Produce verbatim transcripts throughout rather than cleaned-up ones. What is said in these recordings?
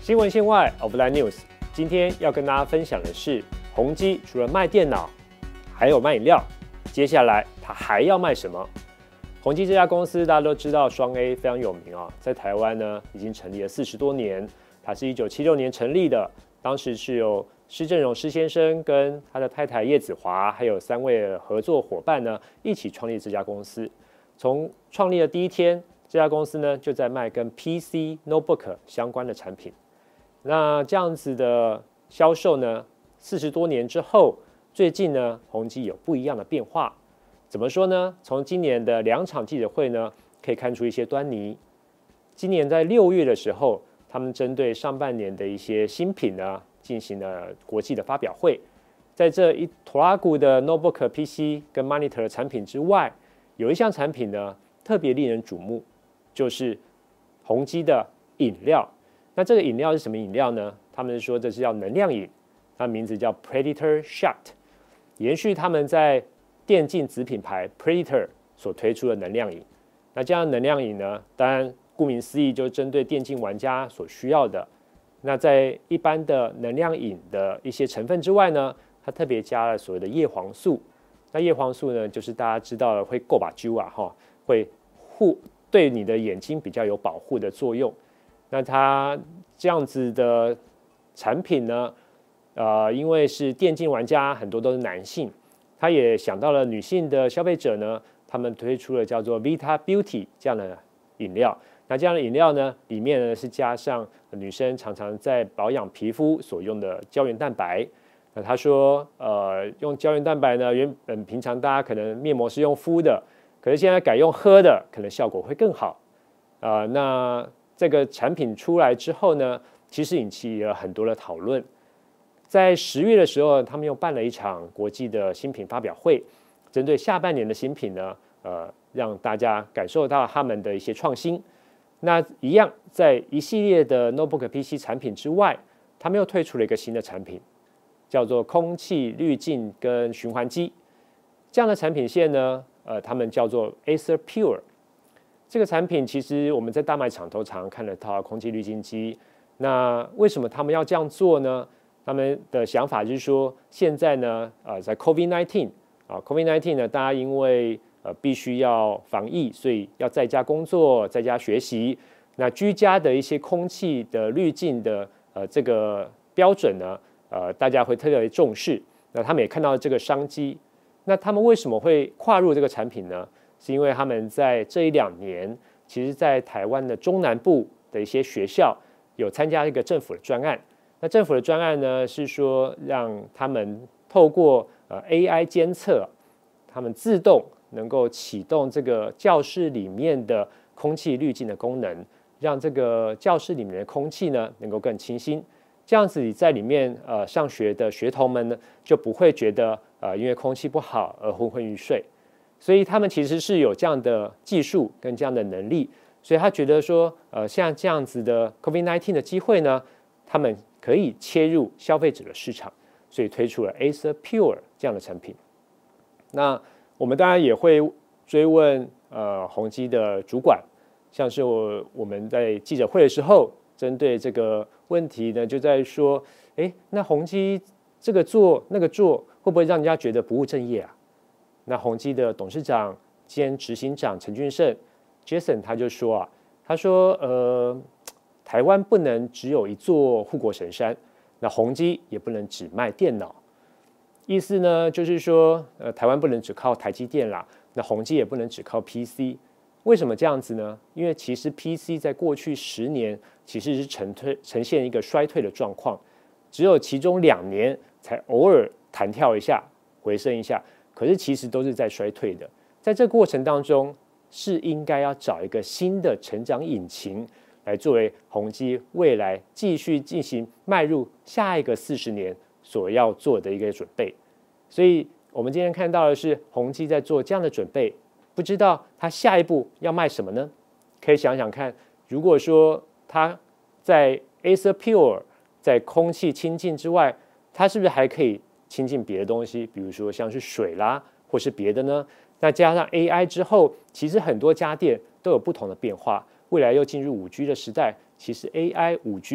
新闻线外 Offline News， 今天要跟大家分享的是，宏基除了卖电脑，还有卖饮料，接下来它还要卖什么？宏基这家公司大家都知道，双 A 非常有名啊，在台湾呢已经成立了四十多年。它是一九七六年成立的，当时是由施正荣施先生跟他的太太叶子华，还有三位合作伙伴呢一起创立这家公司。从创立的第一天，这家公司呢就在卖跟 P C、Notebook 相关的产品。那这样子的销售呢，四十多年之后，最近呢，宏基有不一样的变化。怎么说呢？从今年的两场记者会呢，可以看出一些端倪。今年在六月的时候，他们针对上半年的一些新品呢，进行了国际的发表会。在这一坨拉股的 Notebook、P C 跟 Monitor 的产品之外，有一项产品呢，特别令人瞩目，就是宏基的饮料。那这个饮料是什么饮料呢？他们说这是叫能量饮，它名字叫 Predator Shot， 延续他们在电竞子品牌 Predator 所推出的能量饮。那这样的能量饮呢，当然顾名思义，就是针对电竞玩家所需要的。那在一般的能量饮的一些成分之外呢，它特别加了所谓的叶黄素。那叶黄素呢，就是大家知道的会够把揪啊，哈，会护对你的眼睛比较有保护的作用。那它这样子的产品呢，呃，因为是电竞玩家，很多都是男性，他也想到了女性的消费者呢，他们推出了叫做 Vita Beauty 这样的饮料。那这样的饮料呢，里面呢是加上女生常常在保养皮肤所用的胶原蛋白。那他说，呃，用胶原蛋白呢，原本平常大家可能面膜是用敷的，可是现在改用喝的，可能效果会更好。啊、呃，那这个产品出来之后呢，其实引起了很多的讨论。在十月的时候，他们又办了一场国际的新品发表会，针对下半年的新品呢，呃，让大家感受到他们的一些创新。那一样，在一系列的 Notebook P C 产品之外，他们又推出了一个新的产品，叫做空气滤净跟循环机。这样的产品线呢，呃，他们叫做 Acer Pure。这个产品其实我们在大卖场都常常看得到空气滤净机。那为什么他们要这样做呢？他们的想法就是说，现在呢，呃，在 COVID 十九 啊 ，COVID 十九 呢，大家因为呃必须要防疫，所以要在家工作、在家学习。那居家的一些空气的滤净的呃这个标准呢，呃，大家会特别重视。那他们也看到这个商机。那他们为什么会跨入这个产品呢？是因为他们在这一两年，其实在台湾的中南部的一些学校有参加一个政府的专案。那政府的专案呢，是说让他们透过呃 A I 监测，他们自动能够启动这个教室里面的空气滤净的功能，让这个教室里面的空气呢能够更清新。这样子你在里面呃上学的学童们呢，就不会觉得呃因为空气不好而昏昏欲睡。所以他们其实是有这样的技术跟这样的能力，所以他觉得说，呃，像这样子的 COVID 十九 的机会呢，他们可以切入消费者的市场，所以推出了 Acer Pure 这样的产品。那我们当然也会追问呃宏基的主管，像是我我们在记者会的时候，针对这个问题呢，就在说，哎，那宏基这个做那个做，会不会让人家觉得不务正业啊？那宏基的董事长兼执行长陈俊胜 Jason 他就说啊，他说呃，台湾不能只有一座护国神山，那宏基也不能只卖电脑。意思呢就是说，呃，台湾不能只靠台积电啦，那宏基也不能只靠 P C。为什么这样子呢？因为其实 P C 在过去十年其实是呈退呈现一个衰退的状况，只有其中两年才偶尔弹跳一下，回升一下。可是其实都是在衰退的，在这个过程当中，是应该要找一个新的成长引擎，来作为宏基未来继续进行迈入下一个四十年所要做的一个准备。所以，我们今天看到的是宏基在做这样的准备，不知道他下一步要卖什么呢？可以想想看，如果说他在 Acer Pure 在空气清净之外，他是不是还可以亲近别的东西，比如说像是水啦，或是别的呢？那加上 A I 之后，其实很多家电都有不同的变化。未来又进入五 G 的时代，其实 A I、五 G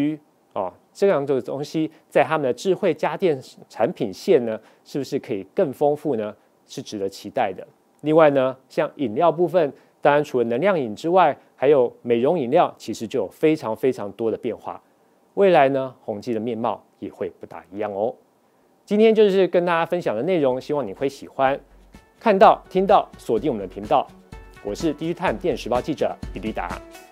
哦，这样的东西在他们的智慧家电产品线呢，是不是可以更丰富呢？是值得期待的。另外呢，像饮料部分，当然除了能量饮之外，还有美容饮料，其实就有非常非常多的变化。未来呢，宏基的面貌也会不大一样哦。今天就是跟大家分享的内容，希望你会喜欢。看到、听到，锁定我们的频道。我是 D G Time 电子时报记者李立达。